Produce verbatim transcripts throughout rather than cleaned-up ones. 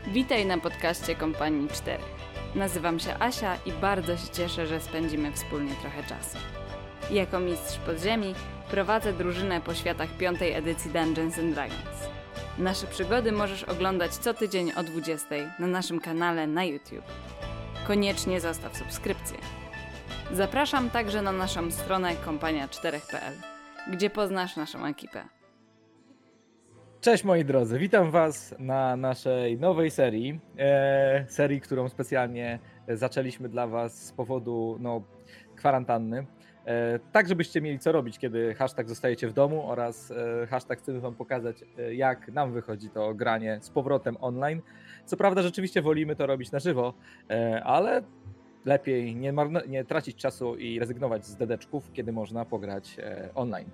Witaj na podcaście Kompanii cztery. Nazywam się Asia i bardzo się cieszę, że spędzimy wspólnie trochę czasu. Jako mistrz podziemi prowadzę drużynę po światach piątej edycji Dungeons and Dragons. Nasze przygody możesz oglądać co tydzień o dwudziestej na naszym kanale na YouTube. Koniecznie zostaw subskrypcję. Zapraszam także na naszą stronę kompania cztery kropka p l, gdzie poznasz naszą ekipę. Cześć moi drodzy, witam was na naszej nowej serii, e, serii, którą specjalnie zaczęliśmy dla was z powodu no, kwarantanny, e, tak żebyście mieli co robić, kiedy hashtag zostajecie w domu oraz e, hashtag chcemy wam pokazać, e, jak nam wychodzi to granie z powrotem online. Co prawda rzeczywiście wolimy to robić na żywo, e, ale lepiej nie, marno- nie tracić czasu i rezygnować z dedeczków, kiedy można pograć e, online.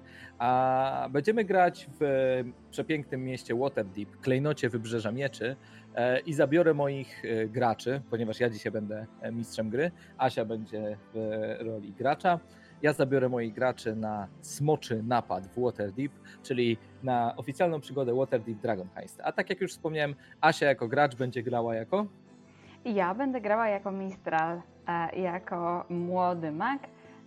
A będziemy grać w przepięknym mieście Waterdeep, klejnocie Wybrzeża Mieczy e, i zabiorę moich e, graczy, ponieważ ja dzisiaj będę mistrzem gry, Asia będzie w roli gracza. Ja zabiorę moich graczy na smoczy napad w Waterdeep, czyli na oficjalną przygodę Waterdeep Dragon Heist. A tak jak już wspomniałem, Asia jako gracz będzie grała jako... Ja będę grała jako Mistral, e, jako młody mag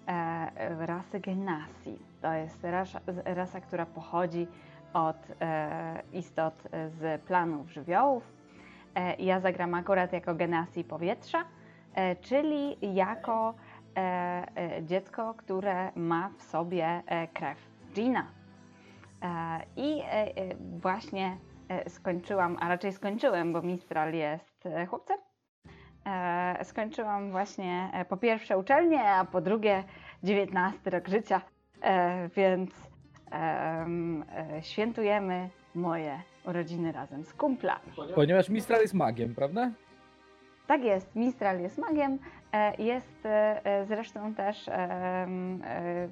e, rasy Genasi. To jest rasa, rasa, która pochodzi od e, istot z planów żywiołów. E, ja zagram akurat jako Genasi powietrza, e, czyli jako e, e, dziecko, które ma w sobie e, krew Dżina. E, I e, właśnie e, skończyłam, a raczej skończyłem, bo Mistral jest e, chłopcem. E, skończyłam właśnie e, po pierwsze uczelnię, a po drugie dziewiętnasty rok życia, e, więc e, e, świętujemy moje urodziny razem z kumplami. Ponieważ Mistral jest magiem, prawda? Tak jest, Mistral jest magiem, e, jest e, zresztą też e, e,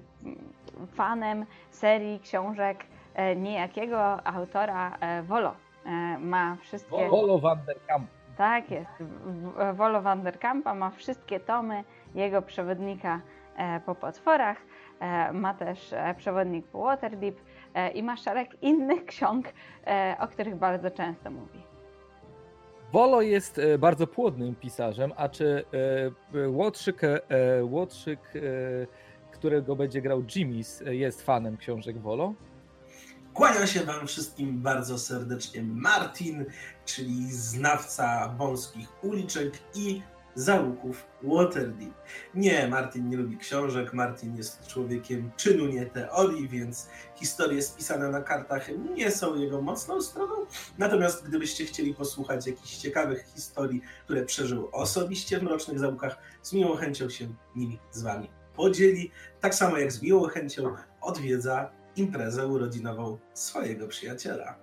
fanem serii książek e, niejakiego autora e, Volo. E, ma wszystkie... Volo van der Kamp. Tak jest. Volo van der Kampa ma wszystkie tomy jego przewodnika po potworach, ma też przewodnik po Waterdeep i ma szereg innych ksiąg, o których bardzo często mówi. Volo jest bardzo płodnym pisarzem, a czy Łotrzyk, Łotrzyk, którego będzie grał Jimmys, jest fanem książek Volo? Kłania się wam wszystkim bardzo serdecznie Martin, czyli znawca wąskich uliczek i zaułków Waterdeep. Nie, Martin nie lubi książek, Martin jest człowiekiem czynu, nie teorii, więc historie spisane na kartach nie są jego mocną stroną. Natomiast gdybyście chcieli posłuchać jakichś ciekawych historii, które przeżył osobiście w Mrocznych Zaułkach, z miłą chęcią się nimi z wami podzieli. Tak samo jak z miłą chęcią odwiedza imprezę urodzinową swojego przyjaciela.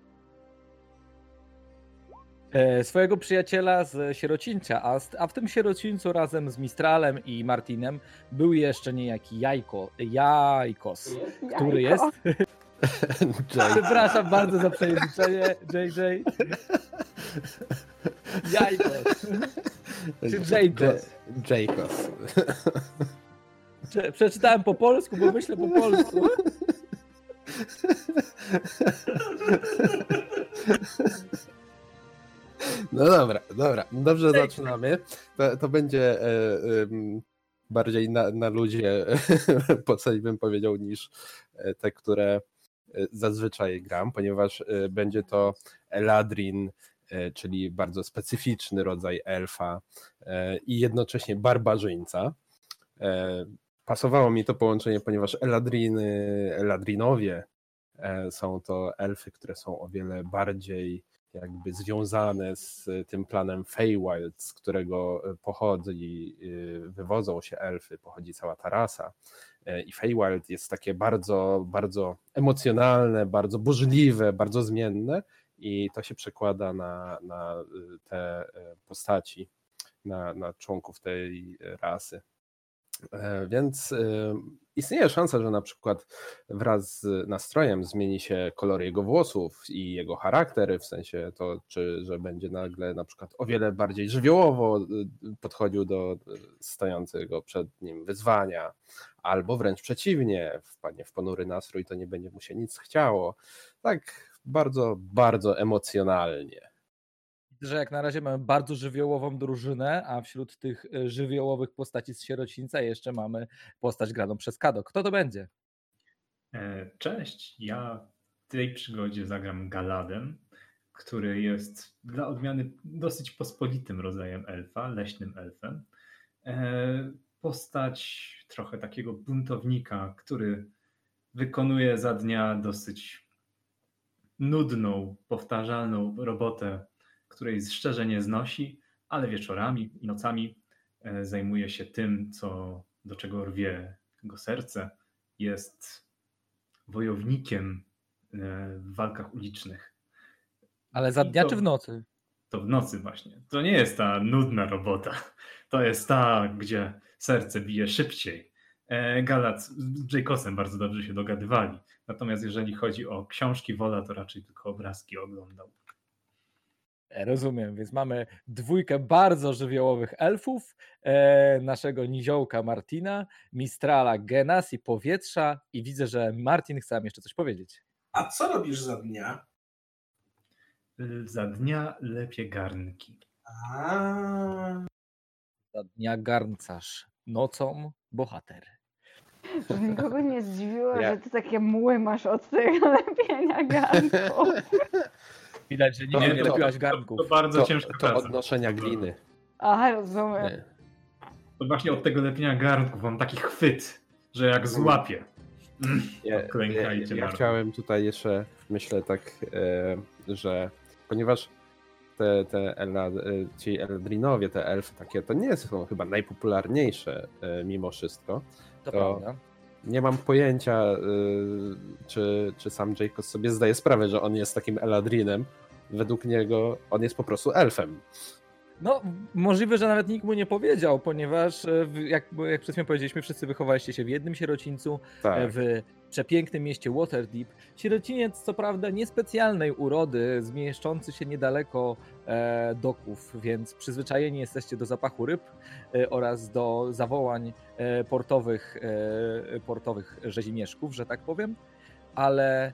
E, swojego przyjaciela z sierocińca, a, a w tym sierocińcu razem z Mistralem i Martinem był jeszcze niejaki Jajko, Jajkos, Jajko. który jest... Przepraszam bardzo za przejęzyczenie, J J. Jajkos. Czy Jajkos? Jajkos. Prze- Przeczytałem po polsku, bo myślę po polsku. No dobra, dobra, dobrze zaczynamy. To, to będzie e, e, bardziej na, na luzie postać bym powiedział niż te, które zazwyczaj gram, ponieważ e, będzie to Eladrin, e, czyli bardzo specyficzny rodzaj elfa e, i jednocześnie barbarzyńca. E, Pasowało mi to połączenie, ponieważ Eladriny, Eladrinowie są to elfy, które są o wiele bardziej jakby związane z tym planem Feywild, z którego pochodzi, wywodzą się elfy, pochodzi cała ta rasa. I Feywild jest takie bardzo, bardzo emocjonalne, bardzo burzliwe, bardzo zmienne i to się przekłada na, na te postaci, na, na członków tej rasy. Więc istnieje szansa, że na przykład wraz z nastrojem zmieni się kolor jego włosów i jego charakter, w sensie to, czy że będzie nagle na przykład o wiele bardziej żywiołowo podchodził do stojącego przed nim wyzwania, albo wręcz przeciwnie, wpadnie w ponury nastrój, to nie będzie mu się nic chciało. Tak bardzo, bardzo emocjonalnie. że jak na razie mamy bardzo żywiołową drużynę, a wśród tych e, żywiołowych postaci z Sierocińca jeszcze mamy postać graną przez Kado. Kto to będzie? E, Cześć, ja w tej przygodzie zagram Galadem, który jest dla odmiany dosyć pospolitym rodzajem elfa, leśnym elfem. E, Postać trochę takiego buntownika, który wykonuje za dnia dosyć nudną, powtarzalną robotę, której szczerze nie znosi, ale wieczorami i nocami e, zajmuje się tym, co, do czego rwie jego serce. Jest wojownikiem e, w walkach ulicznych. Ale za I dnia to- czy w nocy? To w nocy właśnie. To nie jest ta nudna robota. To jest ta, gdzie serce bije szybciej. E, Galad z Jacobsem bardzo dobrze się dogadywali. Natomiast jeżeli chodzi o książki Wola, to raczej tylko obrazki oglądał. E, Rozumiem, więc mamy dwójkę bardzo żywiołowych elfów, e, naszego niziołka Martina, Mistrala Genas i Powietrza i widzę, że Martin chce nam jeszcze coś powiedzieć. A co robisz za dnia? Y, Za dnia lepie garnki. A, Za dnia garncarz, nocą bohater. Żeby nikogo nie zdziwiło, Ja- że ty takie mły masz od tego lepienia garnków. Widać, że nigdy Nie, nie to- lepiłaś To, garnków. to bardzo To, ciężka to praca. odnoszenia gliny. Aha, rozumiem. Nie. To właśnie od tego lepienia garnków mam taki chwyt, że jak złapię. Mm, Ja, ja, Klękajcie ja bardzo. chciałem tutaj jeszcze, myślę tak, e, że ponieważ te, te Ela, e, ci Eldrinowie, te elfy takie, to nie są chyba najpopularniejsze e, mimo wszystko. To, to- prawda. Nie mam pojęcia, e, czy, czy sam Jacob sobie zdaje sprawę, że on jest takim Eladrinem. Według niego on jest po prostu elfem. No, możliwe, że nawet nikt mu nie powiedział, ponieważ e, w- jak, jak przed chwilą powiedzieliśmy, wszyscy wychowaliście się w jednym sierocińcu, e, Tak. w przepięknym mieście Waterdeep. Sierociniec, co prawda, niespecjalnej urody, zmieszczący się niedaleko e, doków, więc przyzwyczajeni jesteście do zapachu ryb e, oraz do zawołań e, portowych, e, portowych rzezimieszków, że tak powiem, ale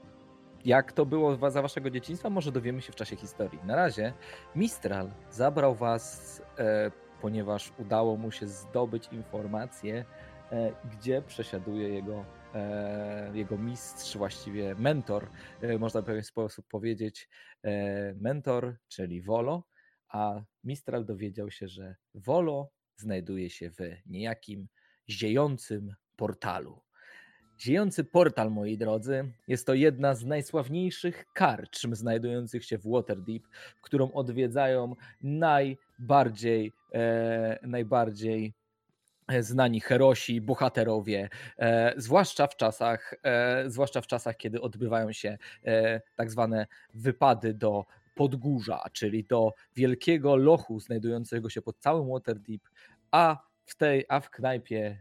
jak to było wa- za waszego dzieciństwa, może dowiemy się w czasie historii. Na razie Mistral zabrał was, e, ponieważ udało mu się zdobyć informację, e, gdzie przesiaduje jego, e, jego mistrz, właściwie mentor, e, można w pewien sposób powiedzieć, e, mentor, czyli Volo, a Mistral dowiedział się, że Volo znajduje się w niejakim ziejącym portalu. Ziejący portal, moi drodzy, jest to jedna z najsławniejszych karczm znajdujących się w Waterdeep, którą odwiedzają najbardziej, e, najbardziej e, znani herosi, bohaterowie, e, zwłaszcza w czasach, e, zwłaszcza w czasach, kiedy odbywają się e, tak zwane wypady do Podgórza, czyli do wielkiego lochu znajdującego się pod całym Waterdeep, a w tej, a w knajpie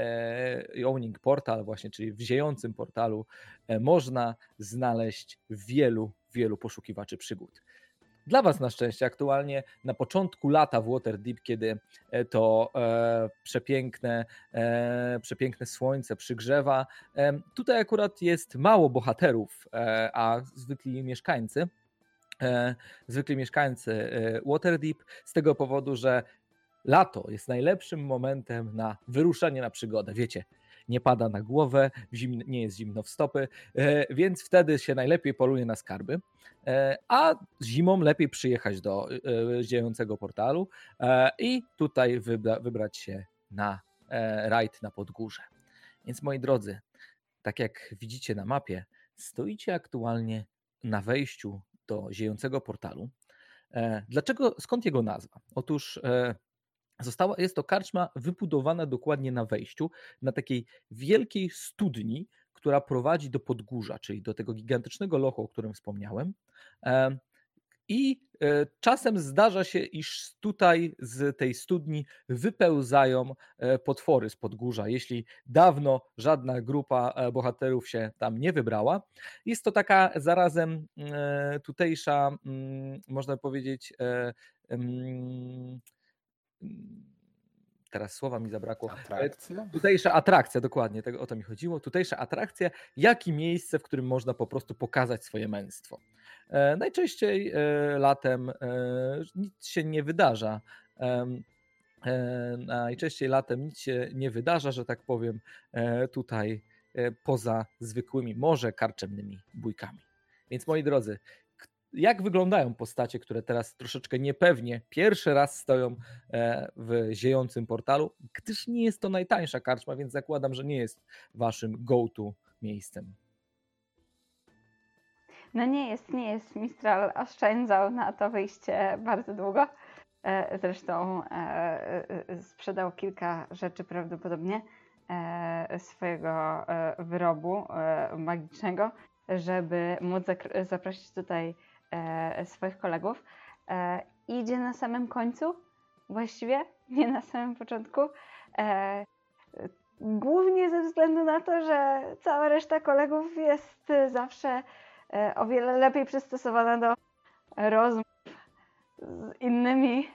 e, Owning Portal właśnie, czyli w ziejącym portalu e, można znaleźć wielu, wielu poszukiwaczy przygód. Dla was na szczęście aktualnie na początku lata w Waterdeep, kiedy e, to e, przepiękne, e, przepiękne słońce przygrzewa, e, tutaj akurat jest mało bohaterów, e, a zwykli mieszkańcy, e, zwykli mieszkańcy e, Waterdeep z tego powodu, że lato jest najlepszym momentem na wyruszenie na przygodę. Wiecie, nie pada na głowę, zimn- nie jest zimno w stopy, e, więc wtedy się najlepiej poluje na skarby, e, a zimą lepiej przyjechać do e, ziejącego portalu e, i tutaj wybra- wybrać się na e, rajd na Podgórze. Więc moi drodzy, tak jak widzicie na mapie, stoicie aktualnie na wejściu do ziejącego portalu. E, Dlaczego, skąd jego nazwa? Otóż e, Została, jest to karczma wybudowana dokładnie na wejściu, na takiej wielkiej studni, która prowadzi do Podgórza, czyli do tego gigantycznego lochu, o którym wspomniałem. E, I e, czasem zdarza się, iż tutaj z tej studni wypełzają e, potwory z Podgórza. Jeśli dawno żadna grupa e, bohaterów się tam nie wybrała, jest to taka zarazem e, tutejsza, mm, można powiedzieć, e, mm, teraz słowa mi zabrakło. Atrakcja? Tutejsza atrakcja, dokładnie, tego, o to mi chodziło. Tutejsza atrakcja, jak i miejsce, w którym można po prostu pokazać swoje męstwo. E, najczęściej e, latem e, nic się nie wydarza. E, e, najczęściej latem nic się nie wydarza, że tak powiem, e, tutaj e, poza zwykłymi, może karczemnymi bójkami. Więc moi drodzy, k- jak wyglądają postacie, które teraz troszeczkę niepewnie pierwszy raz stoją e, w ziejącym portalu, gdyż nie jest to najtańsza karczma, więc zakładam, że nie jest waszym go-to miejscem. No nie jest, nie jest. Mistral oszczędzał na to wyjście bardzo długo. E, Zresztą e, e, sprzedał kilka rzeczy prawdopodobnie e, swojego e, wyrobu e, magicznego, żeby móc zakr- zaprosić tutaj e, swoich kolegów. E, Idzie na samym końcu, właściwie, nie na samym początku. E, Głównie ze względu na to, że cała reszta kolegów jest zawsze e, o wiele lepiej przystosowana do rozmów z innymi.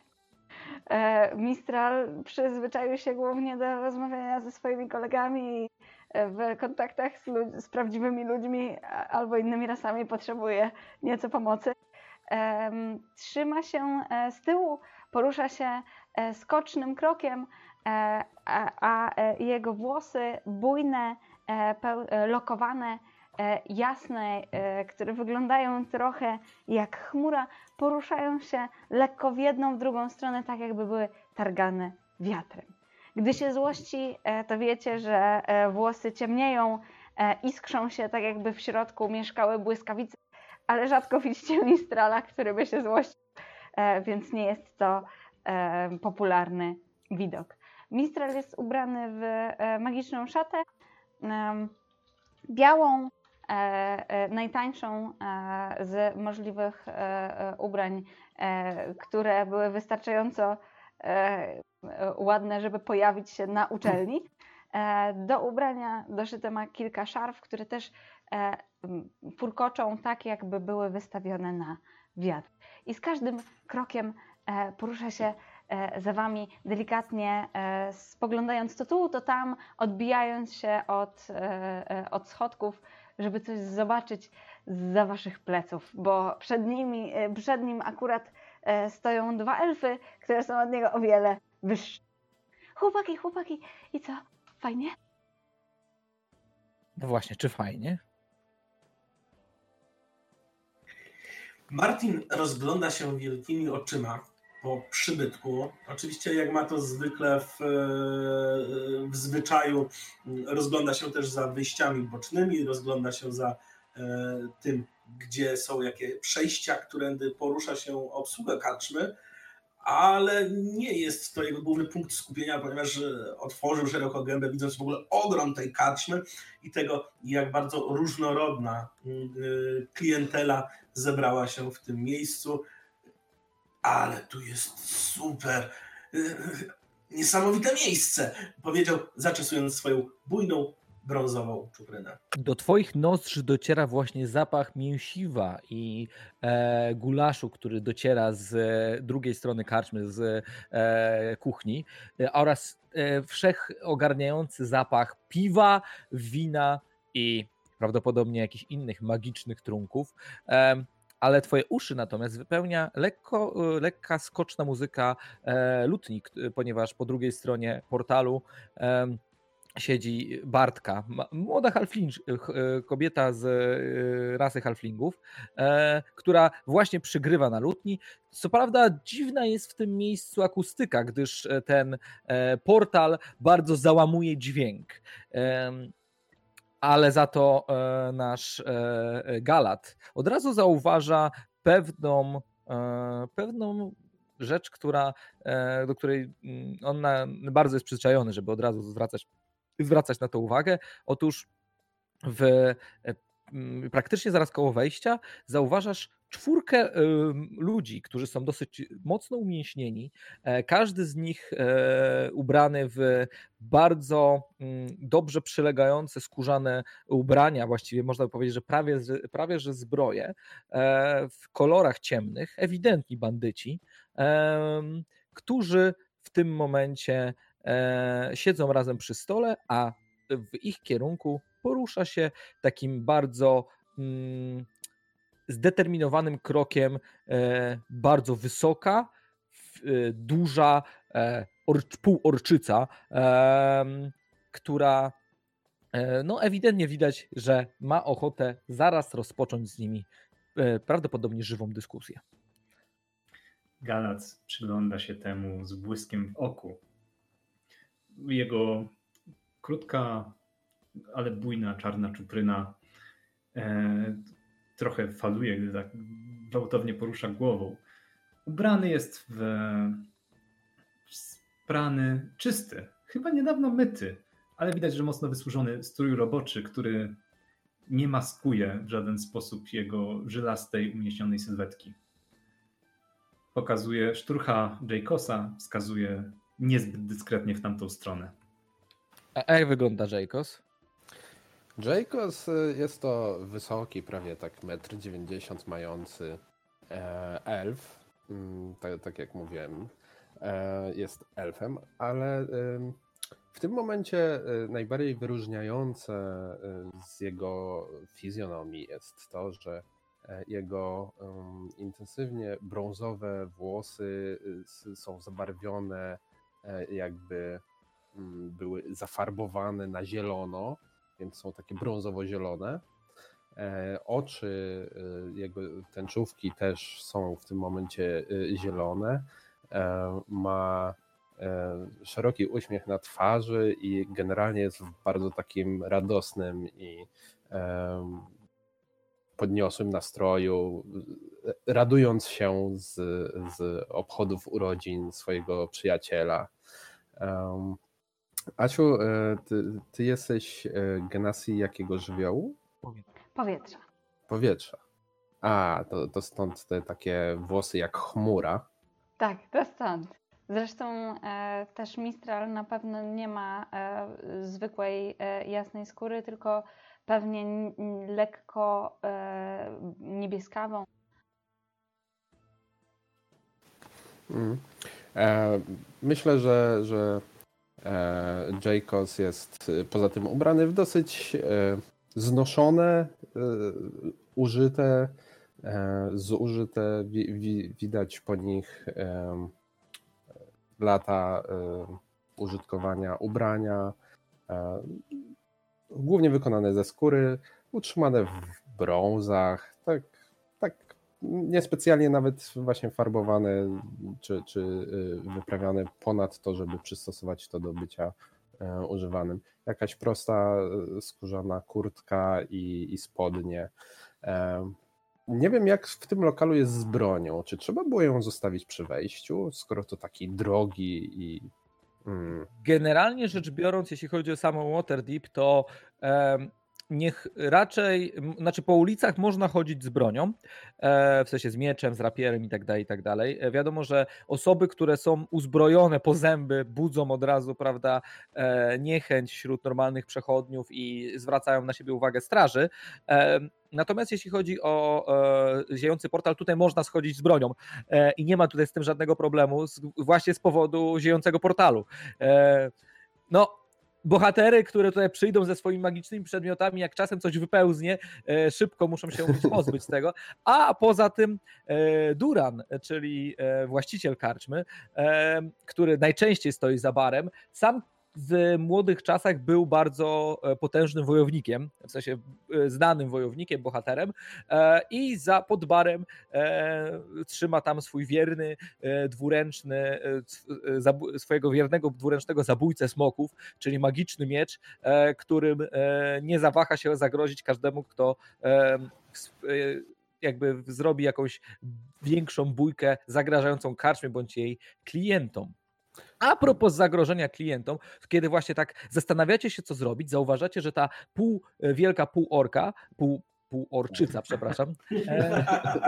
E, Mistral przyzwyczaił się głównie do rozmawiania ze swoimi kolegami i e, w kontaktach z, lud- z prawdziwymi ludźmi a- albo innymi rasami potrzebuje nieco pomocy. Em, Trzyma się e, z tyłu, porusza się e, skocznym krokiem, e, a, a e, jego włosy bujne, e, peł- e, lokowane, e, jasne, e, które wyglądają trochę jak chmura, poruszają się lekko w jedną, w drugą stronę, tak jakby były targane wiatrem. Gdy się złości, e, to wiecie, że e, włosy ciemnieją, e, iskrzą się, tak jakby w środku mieszkały błyskawice, ale rzadko widzicie Mistrala, który by się złościł, e, więc nie jest to e, popularny widok. Mistral jest ubrany w e, magiczną szatę, em, białą, e, e, najtańszą e, z możliwych e, e, ubrań, e, które były wystarczająco e, e, ładne, żeby pojawić się na uczelni. E, do ubrania doszyte ma kilka szarf, które też e, m, furkoczą tak, jakby były wystawione na wiatr. I z każdym krokiem e, porusza się e, za wami delikatnie, e, spoglądając to tu, to tam, odbijając się od, e, e, od schodków, żeby coś zobaczyć zza waszych pleców, bo przed nimi, e, przed nim akurat e, stoją dwa elfy, które są od niego o wiele wyższe. Chłopaki, chłopaki, i co? Fajnie? No właśnie, czy fajnie? Martin rozgląda się wielkimi oczyma po przybytku. Oczywiście, jak ma to zwykle w, w zwyczaju, rozgląda się też za wyjściami bocznymi, rozgląda się za e, tym, gdzie są jakie przejścia, którędy porusza się obsługa karczmy, ale nie jest to jego główny punkt skupienia, ponieważ otworzył szeroko gębę, widząc w ogóle ogrom tej karczmy i tego, jak bardzo różnorodna klientela zebrała się w tym miejscu. Ale tu jest super, niesamowite miejsce, powiedział, zaczesując swoją bujną, brązową czuprynę. Do twoich nozdrzy dociera właśnie zapach mięsiwa i e, gulaszu, który dociera z e, drugiej strony karczmy, z e, kuchni, e, oraz e, wszechogarniający zapach piwa, wina i prawdopodobnie jakichś innych magicznych trunków. E, ale twoje uszy natomiast wypełnia lekko, e, lekka skoczna muzyka e, lutnik, ponieważ po drugiej stronie portalu e, siedzi Bartka, ma- młoda halfling, kobieta z e, rasy halflingów, e, która właśnie przygrywa na lutni. Co prawda dziwna jest w tym miejscu akustyka, gdyż e, ten e, portal bardzo załamuje dźwięk. Em, ale za to e, nasz e, Galat od razu zauważa pewną, e, pewną rzecz, która, e, do której mm, on na, bardzo jest przyzwyczajony, żeby od razu zwracać, zwracać na to uwagę. Otóż w, e, m, praktycznie zaraz koło wejścia zauważasz czwórkę em, ludzi, którzy są dosyć mocno umięśnieni. E, Każdy z nich e, ubrany w bardzo mm, dobrze przylegające skórzane ubrania, właściwie można by powiedzieć, że prawie, z- prawie że zbroje, e, w kolorach ciemnych, ewidentni bandyci, em, którzy w tym momencie e, siedzą razem przy stole, a w ich kierunku porusza się takim bardzo mm, zdeterminowanym krokiem e, bardzo wysoka, f, e, duża e, orcz, półorczyca, e, która e, no ewidentnie widać, że ma ochotę zaraz rozpocząć z nimi e, prawdopodobnie żywą dyskusję. Galac przygląda się temu z błyskiem w oku. Jego krótka, ale bujna, czarna czupryna e, trochę faluje, gdy tak gwałtownie porusza głową. Ubrany jest w, w sprany, czysty, chyba niedawno myty, ale widać, że mocno wysłużony strój roboczy, który nie maskuje w żaden sposób jego żylastej, umieśnionej sylwetki. Pokazuje, szturcha Jaykosa, wskazuje niezbyt dyskretnie w tamtą stronę. A jak wygląda Jaycos? Jaycos jest to wysoki, prawie tak metr dziewięćdziesiąt mający e, elf, mm, tak, tak jak mówiłem, e, jest elfem, ale e, w tym momencie e, najbardziej wyróżniające e, z jego fizjonomii jest to, że e, jego e, intensywnie brązowe włosy e, są zabarwione, e, jakby m, były zafarbowane na zielono, więc są takie brązowo-zielone. E, oczy e, jego tęczówki też są w tym momencie e, zielone. E, ma e, szeroki uśmiech na twarzy i generalnie jest w bardzo takim radosnym i e, podniosłym nastroju, radując się z, z obchodów urodzin swojego przyjaciela. E, Asiu, ty, ty jesteś Genasi jakiego żywiołu? Powietrza. Powietrza. A, to, to stąd te takie włosy jak chmura. Tak, to stąd. Zresztą e, też Mistral na pewno nie ma e, zwykłej e, jasnej skóry, tylko pewnie n- lekko e, niebieskawą. Mm. E, myślę, że, że Jaycos jest poza tym ubrany w dosyć znoszone, użyte, zużyte, wi, wi, widać po nich lata użytkowania ubrania, głównie wykonane ze skóry, utrzymane w brązach, tak, tak niespecjalnie nawet właśnie farbowane czy, czy wyprawiane ponad to, żeby przystosować to do bycia e, używanym. Jakaś prosta skórzana kurtka i, i spodnie. E, nie wiem, jak w tym lokalu jest z bronią. Czy trzeba było ją zostawić przy wejściu, skoro to taki drogi i... Mm. Generalnie rzecz biorąc, jeśli chodzi o samą Waterdeep, to um, niech raczej, znaczy po ulicach można chodzić z bronią, w sensie z mieczem, z rapierem i tak dalej, i tak dalej. Wiadomo, że osoby, które są uzbrojone po zęby, budzą od razu, prawda, niechęć wśród normalnych przechodniów i zwracają na siebie uwagę straży. Natomiast jeśli chodzi o ziejący portal, tutaj można schodzić z bronią i nie ma tutaj z tym żadnego problemu, właśnie z powodu ziejącego portalu. No, bohatery, które tutaj przyjdą ze swoimi magicznymi przedmiotami, jak czasem coś wypełznie, szybko muszą się pozbyć z tego. A poza tym Duran, czyli właściciel karczmy, który najczęściej stoi za barem, sam w młodych czasach był bardzo potężnym wojownikiem, w sensie znanym wojownikiem, bohaterem i za pod barem trzyma tam swój wierny, dwuręczny, swojego wiernego dwuręcznego zabójcę smoków, czyli magiczny miecz, którym nie zawaha się zagrozić każdemu, kto jakby zrobi jakąś większą bójkę zagrażającą karczmie bądź jej klientom. A propos zagrożenia klientom, kiedy właśnie tak zastanawiacie się, co zrobić, zauważacie, że ta pół wielka półorka, pół, półorczyca, przepraszam. E,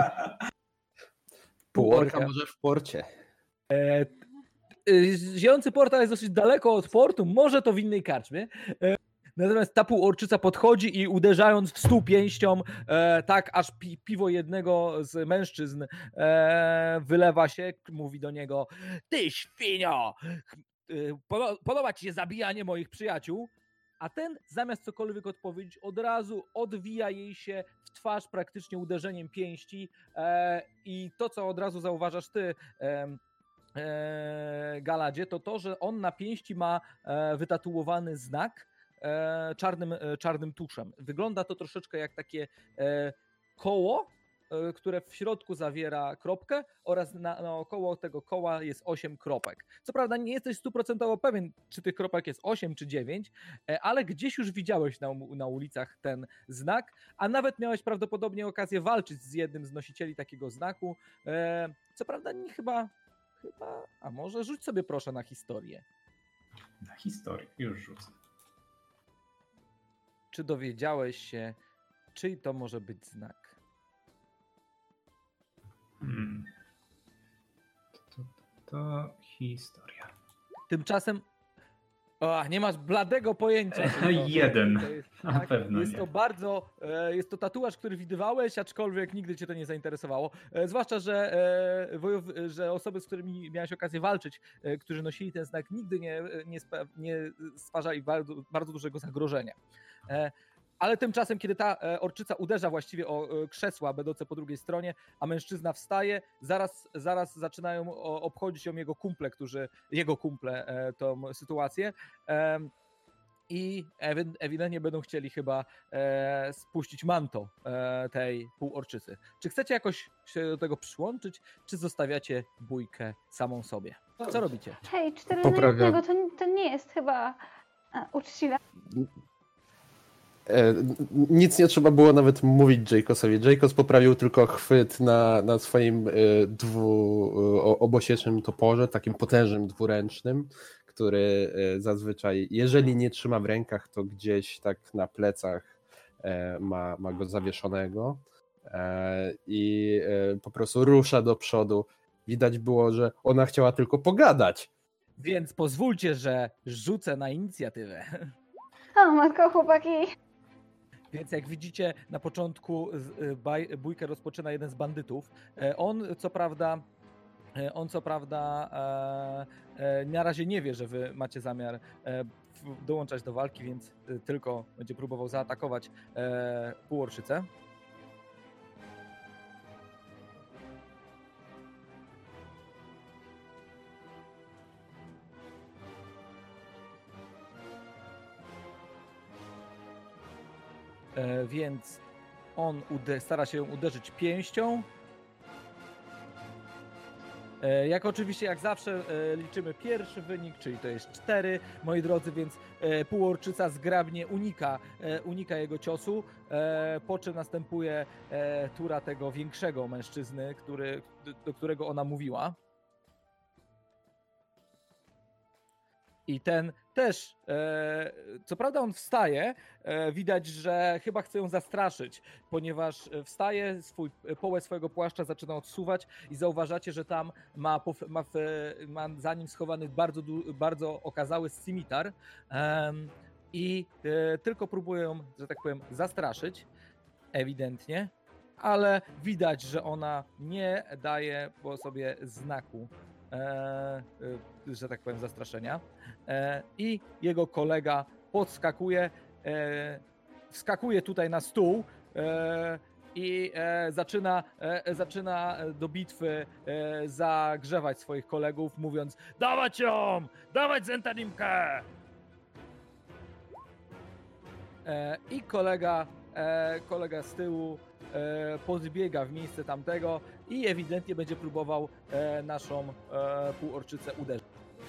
półorka może w porcie. E, ziejący portal jest dosyć daleko od portu, może to w innej karczmie. E, Natomiast ta półorczyca podchodzi i uderzając w stół pięścią, e, tak aż pi, piwo jednego z mężczyzn e, wylewa się, mówi do niego: ty świnio, podoba ci się zabijanie moich przyjaciół? a ten zamiast cokolwiek odpowiedzieć, od razu odwija jej się w twarz praktycznie uderzeniem pięści e, i to, co od razu zauważasz ty, e, e, Galadzie, to to, że on na pięści ma e, wytatuowany znak e, czarnym, e, czarnym tuszem. Wygląda to troszeczkę jak takie e, koło, które w środku zawiera kropkę oraz na, naokoło tego koła jest osiem kropek. Co prawda nie jesteś stuprocentowo pewien, czy tych kropek jest osiem czy dziewięć, ale gdzieś już widziałeś na, na ulicach ten znak, a nawet miałeś prawdopodobnie okazję walczyć z jednym z nosicieli takiego znaku. Co prawda nie chyba, chyba, a może rzuć sobie proszę na historię. Na historię, już rzucę. Czy dowiedziałeś się, czyj to może być znak? Hmm. To, to, to historia. Tymczasem o, nie masz bladego pojęcia. To, jeden. To jest, Na tak, pewno jest nie. to bardzo, jest to tatuaż, który widywałeś, aczkolwiek nigdy cię to nie zainteresowało. Zwłaszcza, że, wojow- że osoby, z którymi miałeś okazję walczyć, którzy nosili ten znak, nigdy nie, nie, spa- nie stwarzali bardzo, bardzo dużego zagrożenia. Ale tymczasem, kiedy ta orczyca uderza właściwie o krzesła będące po drugiej stronie, a mężczyzna wstaje, zaraz, zaraz zaczynają obchodzić ją jego kumple, którzy, jego kumple tą sytuację i ewidentnie będą chcieli chyba spuścić manto tej półorczycy. Czy chcecie jakoś się do tego przyłączyć, czy zostawiacie bójkę samą sobie? Co robicie? Hej, cztery Poprawia- na jednego, to, to nie jest chyba e, uczciwe. E, Nic nie trzeba było nawet mówić Jaykosowi. Jaykos poprawił tylko chwyt na, na swoim e, dwu, o- obosiecznym toporze, takim potężnym dwuręcznym, który e, zazwyczaj, jeżeli nie trzyma w rękach, to gdzieś tak na plecach e, ma, ma go zawieszonego e, i e, po prostu rusza do przodu. Widać było, że ona chciała tylko pogadać. Więc pozwólcie, że rzucę na inicjatywę. O, matko, chłopaki. Więc jak widzicie, na początku z- y, baj- bójkę rozpoczyna jeden z bandytów. E, On co prawda, e, on co prawda e, e, na razie nie wie, że wy macie zamiar e, w- dołączać do walki, więc e, tylko będzie próbował zaatakować e, półorczycę. E, Więc on ude- stara się ją uderzyć pięścią. E, Jak oczywiście, jak zawsze, e, liczymy pierwszy wynik, czyli to jest cztery, moi drodzy, więc e, półorczyca zgrabnie unika, e, unika jego ciosu, e, po czym następuje e, tura tego większego mężczyzny, który, do którego ona mówiła. I ten też, e, co prawda on wstaje, e, widać, że chyba chce ją zastraszyć, ponieważ wstaje, swój, połę swojego płaszcza zaczyna odsuwać i zauważacie, że tam ma, pof- ma, w, ma za nim schowany bardzo, du- bardzo okazały scimitar em, i e, tylko próbuje ją, że tak powiem, zastraszyć, ewidentnie, ale widać, że ona nie daje po sobie znaku, e, e, że tak powiem, zastraszenia. E, I jego kolega podskakuje, e, wskakuje tutaj na stół e, i e, zaczyna, e, zaczyna do bitwy e, zagrzewać swoich kolegów, mówiąc: dawać ją! Dawać Zentanimkę! E, I kolega, e, kolega z tyłu e, podbiega w miejsce tamtego i ewidentnie będzie próbował e, naszą e, półorczycę uderzyć.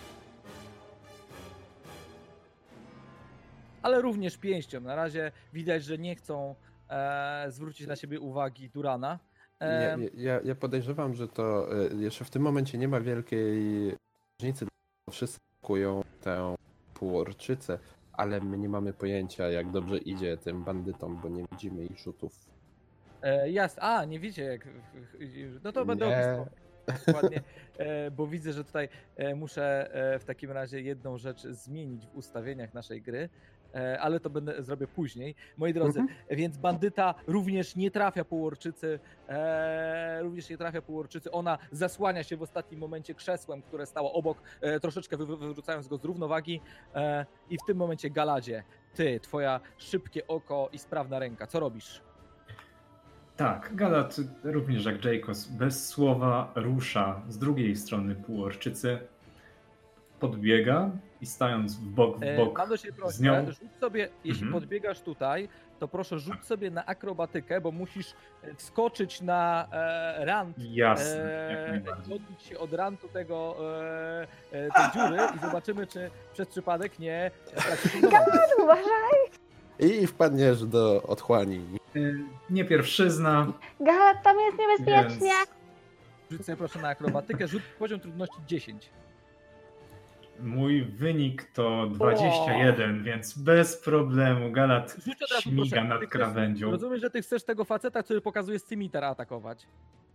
Ale również pięścią. Na razie widać, że nie chcą e, zwrócić na siebie uwagi Durana. Ja, E, ja, ja podejrzewam, że to e, jeszcze w tym momencie nie ma wielkiej różnicy. Wszyscy kują tę półorczycę, ale my nie mamy pojęcia, jak dobrze idzie tym bandytom, bo nie widzimy ich rzutów. e, jasne. A, nie wiecie jak... No to będę Nie. opisywał. Dokładnie, e, bo widzę, że tutaj e, muszę e, w takim razie jedną rzecz zmienić w ustawieniach naszej gry. e, ale to będę zrobię później. Moi drodzy, Mhm. więc bandyta również nie trafia półorczycy, e, również nie trafia półorczycy. Ona zasłania się w ostatnim momencie krzesłem, które stało obok, e, troszeczkę wy, wyrzucając go z równowagi e, i w tym momencie Galadzie, ty, twoja szybkie oko i sprawna ręka, co robisz? Tak, Galat również jak Jacobs bez słowa rusza z drugiej strony półorczycy, podbiega i stając w bok w E, bok Mam do siebie z prośbę, nią. rzuć sobie, jeśli Mhm. podbiegasz tutaj, to proszę rzuć sobie na akrobatykę, bo musisz e, wskoczyć na e, rant, Jasne, jak e, najbardziej. odbić się od rantu tego, e, e, tej dziury i zobaczymy, czy przez przypadek nie tracisz równowagi. Uważaj! I wpadniesz do otchłani. Y, Nie pierwszyzna, Galat, tam jest niebezpiecznie! więc Rzuć sobie proszę na akrobatykę, rzut poziom trudności dziesięć. mój wynik to dwadzieścia jeden, więc bez problemu Galat Rzuć od razu, śmiga proszę. nad Ty chcesz- krawędzią. Rozumiem, że ty chcesz tego faceta, który pokazuje scymitera, atakować.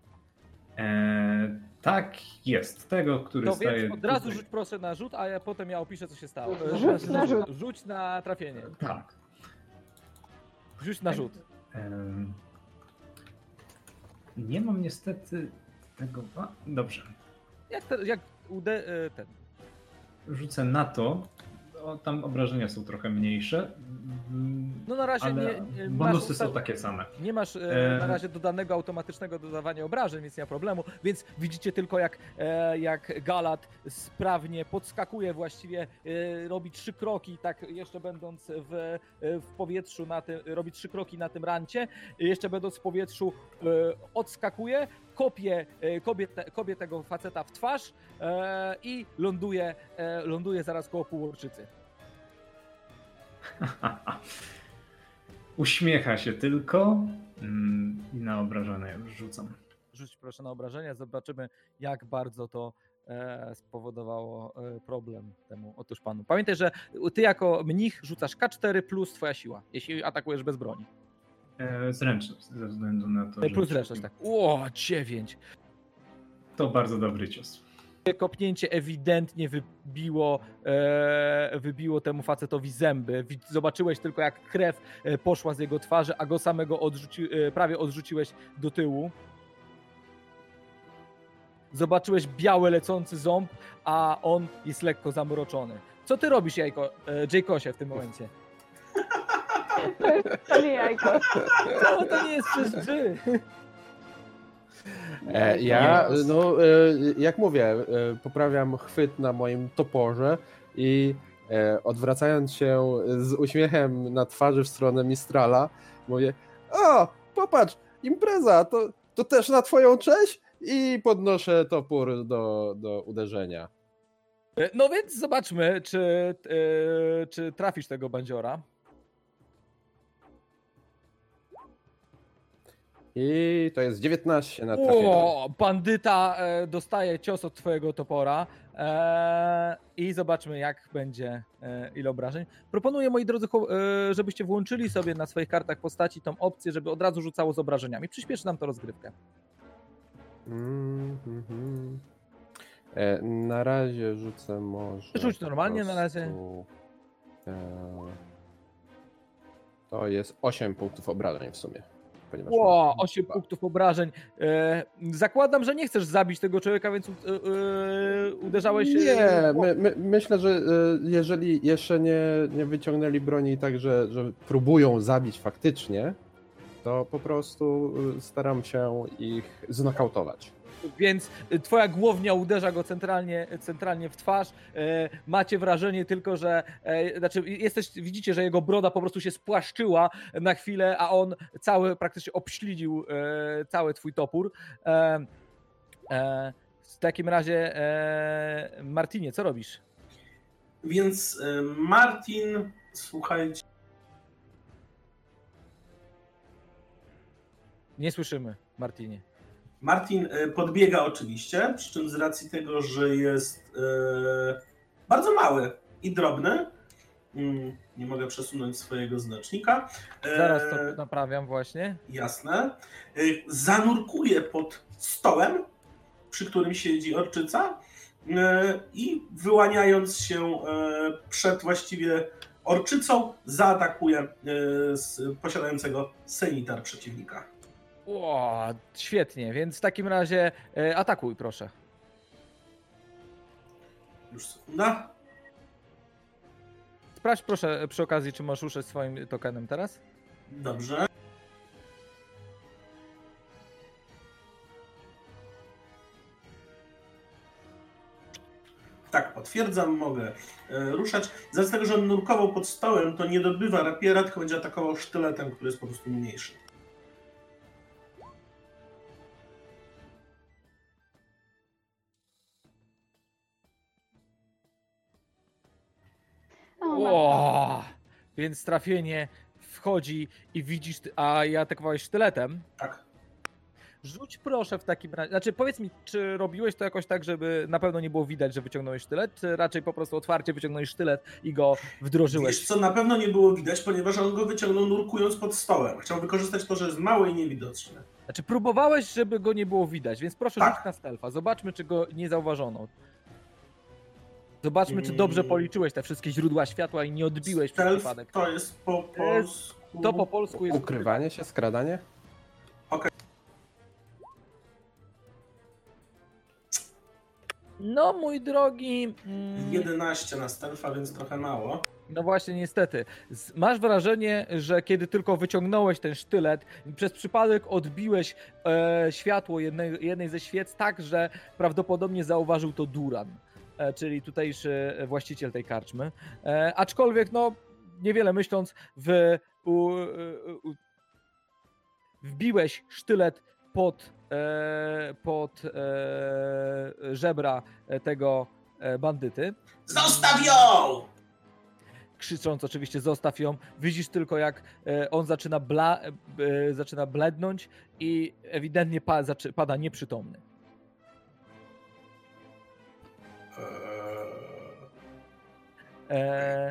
E, tak jest, tego, który To staje więc od razu tutaj. rzuć proszę na rzut, a ja potem ja opiszę, co się stało. Rzuć E, na rzut. Rzuć na trafienie. Tak. Rzuć na rzut. Em, Nie mam niestety tego. A, dobrze. Jak, te, jak ude, e, ten. Rzucę na to. O, tam obrażenia są trochę mniejsze. mm, No na razie ale nie, nie bonusy masz, są takie same. nie masz e, E, na razie dodanego automatycznego dodawania obrażeń, więc nie ma problemu. Więc widzicie tylko jak, e, jak Galat sprawnie podskakuje właściwie, e, robi trzy kroki, tak jeszcze będąc w, e, w powietrzu, na tym, robi trzy kroki na tym rancie, jeszcze będąc w powietrzu e, odskakuje, kopie, e, kopie, te, kopie tego faceta w twarz e, i ląduje, e, ląduje zaraz koło półorczycy. Uśmiecha się tylko mm, i na obrażone już rzucam. Rzuć proszę na obrażenia, zobaczymy jak bardzo to e, spowodowało e, problem temu otóż panu. Pamiętaj, że ty jako mnich rzucasz K cztery plus twoja siła, jeśli atakujesz bez broni. E, zręczność ze względu na to, E, że plus zręczność, tak. O, dziewięć. to bardzo dobry cios. Kopnięcie ewidentnie wybiło, e, wybiło temu facetowi zęby. Wi- Zobaczyłeś tylko jak krew e, poszła z jego twarzy, a go samego odrzuci, e, prawie odrzuciłeś do tyłu. Zobaczyłeś biały lecący ząb, a on jest lekko zamroczony. Co ty robisz, Jajko, e, Jaykosie, w tym momencie? To nie jajko. No to nie jest przez drzy. E, ja, Jest. no, e, jak mówię, e, poprawiam chwyt na moim toporze i e, odwracając się z uśmiechem na twarzy w stronę Mistrala, mówię: o, popatrz, impreza, to, to też na twoją cześć? I podnoszę topór do, do uderzenia. E, No więc zobaczmy, czy, e, czy trafisz tego bandziora. I to jest dziewiętnaście na trafienie. O, bandyta e, dostaje cios od twojego topora e, i zobaczmy jak będzie e, ile obrażeń. Proponuję, moi drodzy, cho- e, żebyście włączyli sobie na swoich kartach postaci tą opcję, żeby od razu rzucało z obrażeniami. Przyspieszy nam to rozgrywkę. Mm, mhm. E, na razie rzucę może. Rzuć po normalnie na razie. prostu, E, to jest osiem punktów obrażeń w sumie. Ponieważ Ło, mam osiem dwa. punktów obrażeń. E, zakładam, że nie chcesz zabić tego człowieka, więc e, e, uderzałeś... e, Nie, o- my, my, myślę, że e, jeżeli jeszcze nie, nie wyciągnęli broni tak, że, że próbują zabić faktycznie, to po prostu e, staram się ich znokautować. Więc twoja głownia uderza go centralnie, centralnie w twarz. E, macie wrażenie tylko, że e, znaczy jesteś, widzicie, że jego broda po prostu się spłaszczyła na chwilę, a on cały praktycznie obślidził e, cały twój topór. E, e, w takim razie e, Martinie, co robisz? Więc e, Martin, słuchajcie, Nie słyszymy, Martinie. Martin e, podbiega oczywiście, przy czym z racji tego, że jest e, bardzo mały i drobny, mm, nie mogę przesunąć swojego znacznika. E, Zaraz to naprawiam właśnie. Jasne. E, zanurkuje pod stołem, przy którym siedzi orczyca e, i wyłaniając się e, przed właściwie orczycą zaatakuje e, z posiadającego sejmitar przeciwnika. O, świetnie, więc w takim razie e, atakuj, proszę. Już sekunda. Sprawdź proszę przy okazji, czy możesz użyć swoim tokenem teraz. Dobrze. Tak, potwierdzam, mogę e, ruszać. Z tego, że on nurkował pod stołem, to nie dobywa rapiera, tylko będzie atakował sztyletem, który jest po prostu mniejszy. O, więc trafienie wchodzi i widzisz, ty- a ja atakowałeś sztyletem. Tak. Rzuć proszę w takim razie, znaczy powiedz mi, czy robiłeś to jakoś tak, żeby na pewno nie było widać, że wyciągnąłeś sztylet, czy raczej po prostu otwarcie wyciągnąłeś sztylet i go wdrożyłeś? Wiesz co, na pewno nie było widać, ponieważ on go wyciągnął nurkując pod stołem. Chciał wykorzystać to, że jest mały i niewidoczny. Znaczy próbowałeś, żeby go nie było widać, więc proszę Tak. rzuć na stealtha. Zobaczmy, czy go nie zauważono. Zobaczmy, czy dobrze Mm. policzyłeś te wszystkie źródła światła i nie odbiłeś przez Stealth przypadek. to jest po polsku... To po polsku jest... Ukrywanie się, skradanie? No mój drogi... mm, jedenaście na stealtha, więc trochę mało. No właśnie, niestety. Z- Masz wrażenie, że kiedy tylko wyciągnąłeś ten sztylet, przez przypadek odbiłeś e, światło jednej, jednej ze świec tak, że prawdopodobnie zauważył to Duran, e, czyli tutejszy właściciel tej karczmy. E, aczkolwiek, no, niewiele myśląc, w, u, u, u, wbiłeś sztylet pod, e, pod e, żebra tego e, bandyty. Zostaw ją! Krzycząc oczywiście zostaw ją, widzisz tylko jak e, on zaczyna, bla, e, zaczyna blednąć i ewidentnie pa, zaczy, pada nieprzytomny. E...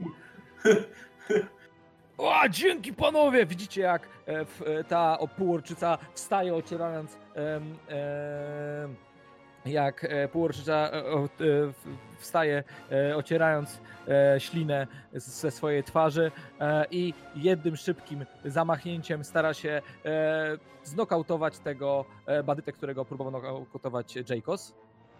O, dzięki panowie! Widzicie jak e, w, e, ta o, półorczyca wstaje ocierając em, em, jak e, półorczyca e, o, e, w- wstaje e, ocierając e, ślinę z- ze swojej twarzy e, i jednym szybkim zamachnięciem stara się e, znokautować tego e, bandytę, którego próbował nokautować Jacos.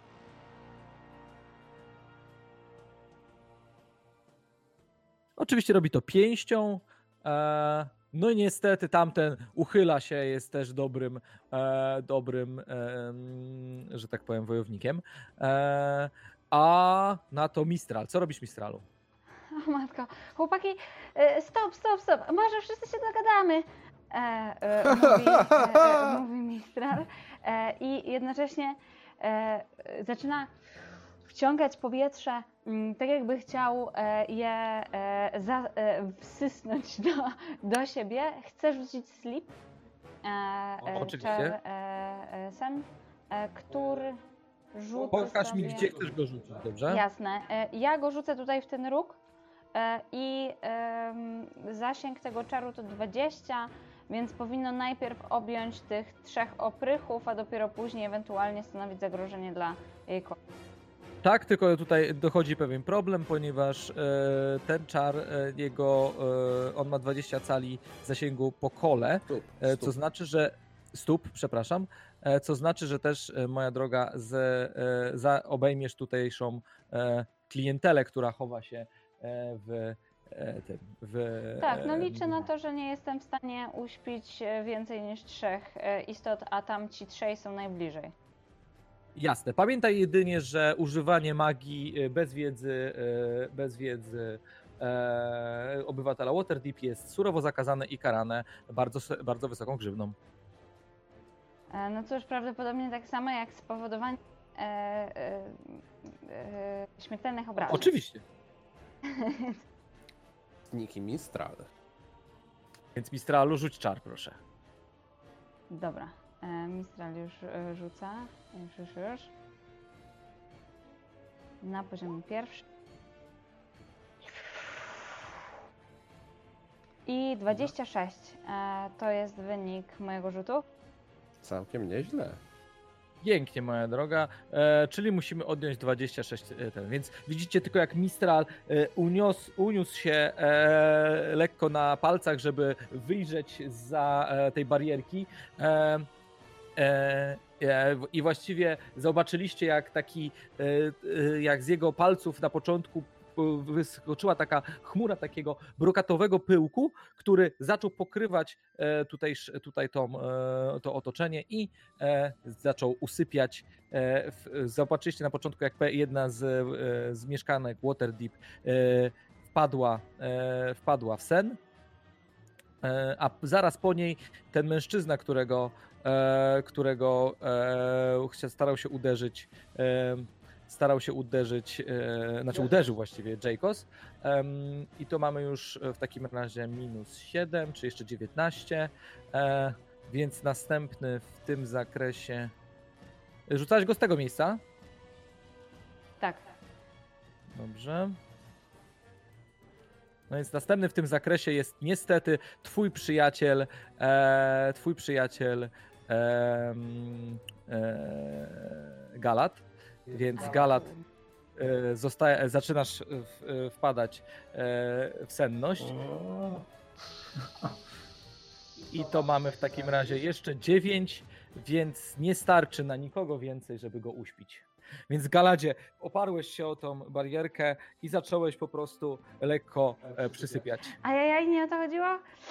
Oczywiście robi to pięścią. E, no i niestety tamten uchyla się, jest też dobrym, e, dobrym, em, że tak powiem, wojownikiem. E, a na to Mistral. Co robisz, Mistralu? O matko, chłopaki, e, stop, stop, stop, może wszyscy się dogadamy, e, e, mówi, e, e, mówi Mistral e, i jednocześnie e, zaczyna wciągać powietrze, mm, tak jakby chciał e, je e, za, e, wsysnąć do, do siebie. Chce rzucić slip, e, e, Oczywiście. czar, e, e, sen, e, który rzucę Pokaż mi, sobie... gdzie chcesz go rzucić, dobrze? Jasne. E, Ja go rzucę tutaj w ten róg e, i em, zasięg tego czaru to dwadzieścia, więc powinno najpierw objąć tych trzech oprychów, a dopiero później ewentualnie stanowić zagrożenie dla jej ko- Tak, tylko tutaj dochodzi pewien problem, ponieważ e, ten czar, e, jego, e, on ma dwadzieścia cali zasięgu po kole, Stóp, e, stóp. co znaczy, że stóp, przepraszam, e, co znaczy, że też, e, moja droga, z, e, za, obejmiesz tutejszą e, klientelę, która chowa się e, w e, tym, w... Tak, no e, liczę na to, że nie jestem w stanie uśpić e, więcej niż trzech e, istot, a tam ci trzej są najbliżej. Jasne. Pamiętaj jedynie, że używanie magii e, bez wiedzy, e, bez wiedzy e, obywatela Waterdeep jest surowo zakazane i karane bardzo, bardzo wysoką grzywną. E, No cóż, prawdopodobnie tak samo jak spowodowanie e, e, e, śmiertelnych obrażeń. Oczywiście. Niki Mistral. Więc Mistralu, rzuć czar, proszę. Dobra, e, Mistral już e, rzuca, już, już, już. Na poziomie pierwszym. I dwadzieścia sześć e, to jest wynik mojego rzutu. Całkiem nieźle. Pięknie, moja droga, e, czyli musimy odjąć dwadzieścia sześć e, ten, więc widzicie tylko jak Mistral e, uniósł, uniósł się e, lekko na palcach, żeby wyjrzeć zza e, tej barierki e, e, e, i właściwie zobaczyliście jak taki, e, e, jak z jego palców na początku wyskoczyła taka chmura takiego brokatowego pyłku, który zaczął pokrywać e, tutaj, tutaj tą, e, to otoczenie i e, zaczął usypiać. E, w, zobaczyliście na początku, jak jedna z, e, z mieszkanek Waterdeep e, wpadła, e, wpadła w sen, e, a zaraz po niej ten mężczyzna, którego, e, którego e, starał się uderzyć, e, starał się uderzyć, e, znaczy uderzył właściwie Jaykos um, i to mamy już w takim razie minus siedem, czy jeszcze dziewiętnaście, e, więc następny w tym zakresie... Rzucałeś go z tego miejsca? Tak. Dobrze. No więc następny w tym zakresie jest niestety twój przyjaciel, e, twój przyjaciel e, e, Galat. Więc Galat e, zostaje, zaczynasz w, e, wpadać e, w senność. I to mamy w takim razie jeszcze dziewięć, więc nie starczy na nikogo więcej, żeby go uśpić. Więc Galadzie, oparłeś się o tą barierkę i zacząłeś po prostu lekko e, przysypiać. Ajajaj, nie o to chodziło?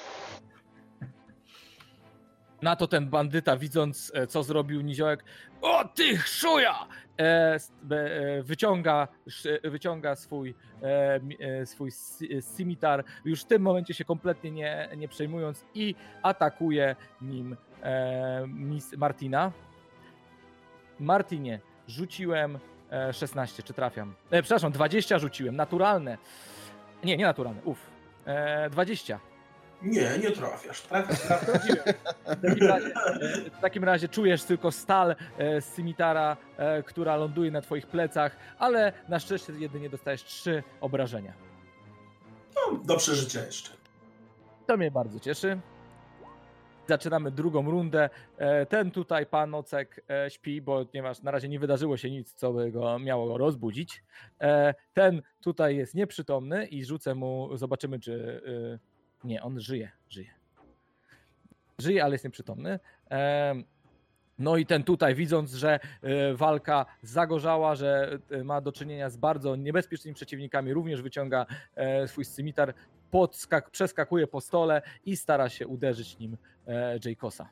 Na to ten bandyta, widząc co zrobił Niziołek, o ty chrzuja! E, e, wyciąga, wyciąga swój, e, swój scimitar, już w tym momencie się kompletnie nie, nie przejmując i atakuje nim e, Miss Martina. Martinie, rzuciłem e, szesnaście, czy trafiam? E, przepraszam, dwadzieścia rzuciłem, naturalne. Nie, nie naturalne, uff. E, dwadzieścia. Nie, nie trafiasz. Trafiasz, trafiasz. W takim razie, w takim razie czujesz tylko stal z scymitara, która ląduje na twoich plecach, ale na szczęście jedynie dostajesz trzy obrażenia. No, do przeżycia jeszcze. To mnie bardzo cieszy. Zaczynamy drugą rundę. Ten tutaj pan Ocek śpi, bo ponieważ na razie nie wydarzyło się nic, co by go miało go rozbudzić. Ten tutaj jest nieprzytomny i rzucę mu, zobaczymy czy... Nie, on żyje, żyje. Żyje, ale jest nieprzytomny. No i ten tutaj, widząc, że walka zagorzała, że ma do czynienia z bardzo niebezpiecznymi przeciwnikami, również wyciąga swój scimitar, podskak- przeskakuje po stole i stara się uderzyć nim Jaykosa.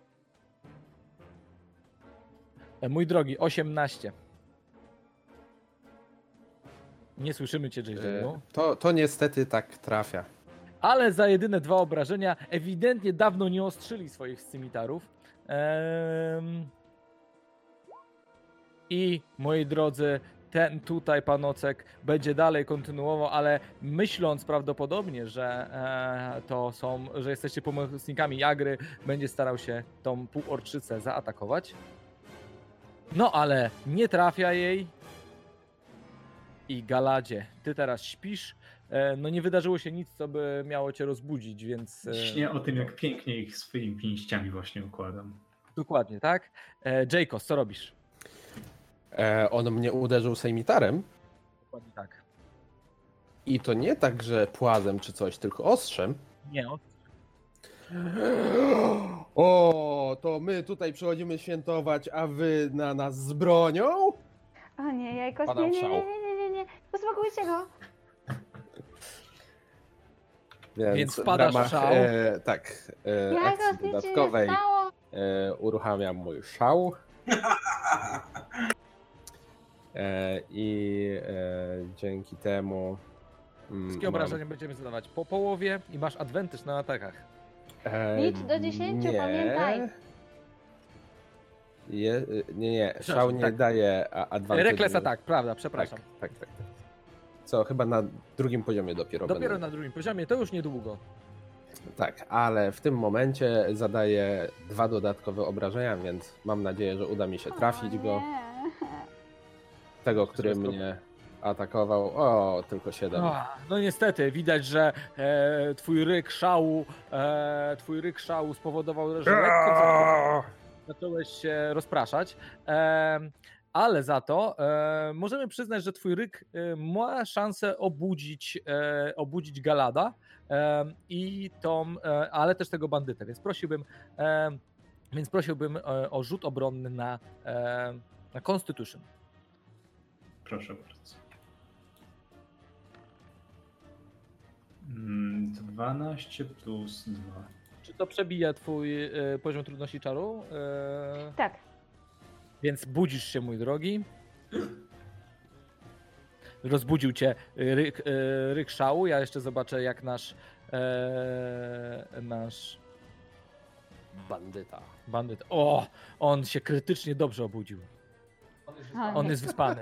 Mój drogi, osiemnaście. Nie słyszymy cię, Jaykosu. To, to niestety tak trafia. Ale za jedyne dwa obrażenia ewidentnie dawno nie ostrzyli swoich scimitarów. Ehm... I moi drodzy, ten tutaj panocek będzie dalej kontynuował, ale myśląc prawdopodobnie, że e, to są, że jesteście pomocnikami Jagry, będzie starał się tą półorczycę zaatakować. No ale nie trafia jej. I Galadzie, ty teraz śpisz. No nie wydarzyło się nic, co by miało cię rozbudzić, więc... Śnię o tym, jak pięknie ich swoimi pięściami właśnie układam. Dokładnie, tak? Jaykos, co robisz? E, on mnie uderzył sejmitarem. Dokładnie tak. I to nie tak, że płazem czy coś, tylko ostrzem. Nie, ostrzem. O, to my tutaj przychodzimy świętować, a wy na nas z bronią? O nie, Jaykos, Padał nie, nie, szał. nie, nie, nie, nie, nie, uspokójcie go. Więc, Więc w wpadasz w ramach, szał. E, tak, e, Jaykos, akcji nic ci nie dodatkowej stało. e, uruchamiam mój szał. E, I e, dzięki temu... mm, Wszystkie mam- obrażenia będziemy zadawać po połowie i masz advantage na atakach. E, Licz do dziesięciu, nie. pamiętaj. Je, nie, nie, szał Przepraszam, nie tak. daje a- advantage. Rekles atak, prawda, przepraszam. Tak, tak, tak. Co, chyba na drugim poziomie dopiero Dopiero będę. na drugim poziomie, to już niedługo. Tak, ale w tym momencie zadaję dwa dodatkowe obrażenia, więc mam nadzieję, że uda mi się trafić O go. nie. Tego, który Wszystko. mnie atakował. O, tylko siedem. No, no niestety, widać, że e, twój ryk szału, e, twój ryk szału spowodował, że lekko zacząłeś się rozpraszać, e, ale za to e, możemy przyznać, że twój ryk e, ma szansę obudzić, e, obudzić Galada e, i tą, e, ale też tego bandytę, więc prosiłbym, e, więc prosiłbym e, o rzut obronny na, e, na Constitution. Proszę bardzo. Mm, dwanaście plus dwa. Czy to przebija twój e, poziom trudności czaru? E, Tak. Więc budzisz się, mój drogi. Rozbudził cię ryk, e, ryk szału. Ja jeszcze zobaczę, jak nasz e, nasz Bandyta. bandyt. O! On się krytycznie dobrze obudził. On jest wyspany.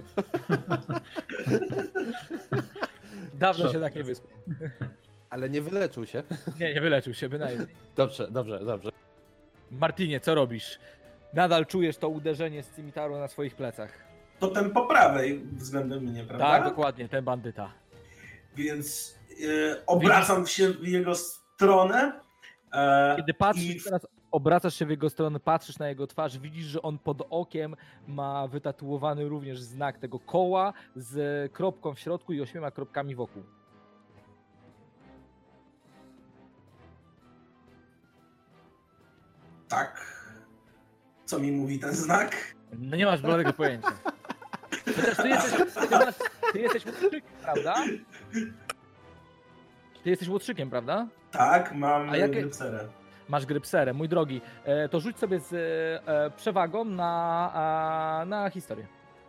Dawno się tak nie wyspał. Ale nie wyleczył się. Nie, nie wyleczył się bynajmniej. Dobrze, dobrze, dobrze. Martinie, co robisz? Nadal czujesz to uderzenie z cimitaru na swoich plecach. To ten po prawej względem mnie, prawda? Tak, dokładnie, ten bandyta. Więc e, obracam się w jego stronę. E, Kiedy patrzysz, i- teraz obracasz się w jego stronę, patrzysz na jego twarz, widzisz, że on pod okiem ma wytatuowany również znak tego koła z kropką w środku i ośmioma kropkami wokół. Tak. Co mi mówi ten znak? No nie masz bladego pojęcia. Chociaż ty jesteś, ty, masz, ty jesteś łotrzykiem, prawda? Ty jesteś łotrzykiem, prawda? Tak, mam A jakie- grypserę. Masz grypserę, mój drogi. E, to rzuć sobie z e, przewagą na, a, na historię.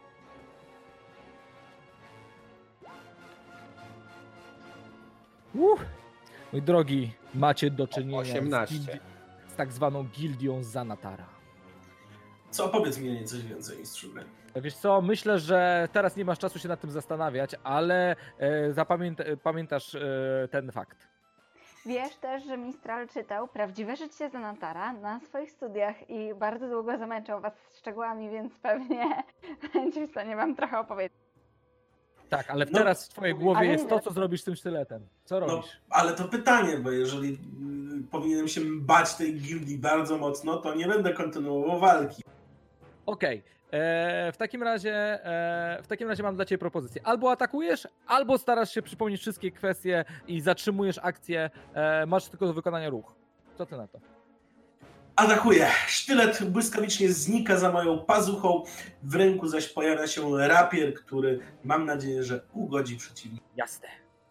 Uff. Mój drogi, macie do czynienia z, osiemnaście. gildi- z tak zwaną gildią Zanatara. Co, powiedz mi nie coś więcej, mistrzu gry. Wiesz co, myślę, że teraz nie masz czasu się nad tym zastanawiać, ale e, zapamięta, pamiętasz e, ten fakt. Wiesz też, że Mistral czytał Prawdziwe życie Zanatara na swoich studiach i bardzo długo zamęczał was szczegółami, więc pewnie będzie w stanie wam trochę opowiedzieć. Tak, ale No, teraz w twojej głowie ale jest nie. to, co zrobisz z tym sztyletem. Co No, robisz? ale to pytanie, bo jeżeli mm, powinienem się bać tej gildii bardzo mocno, to nie będę kontynuował walki. Okej, e, w takim razie e, w takim razie mam dla ciebie propozycję. Albo atakujesz, albo starasz się przypomnieć wszystkie kwestie i zatrzymujesz akcję. E, masz tylko do wykonania ruch. Co ty na to? Atakuję. Sztylet błyskawicznie znika za moją pazuchą, w ręku zaś pojawia się rapier, który mam nadzieję, że ugodzi przeciwnika. Jasne.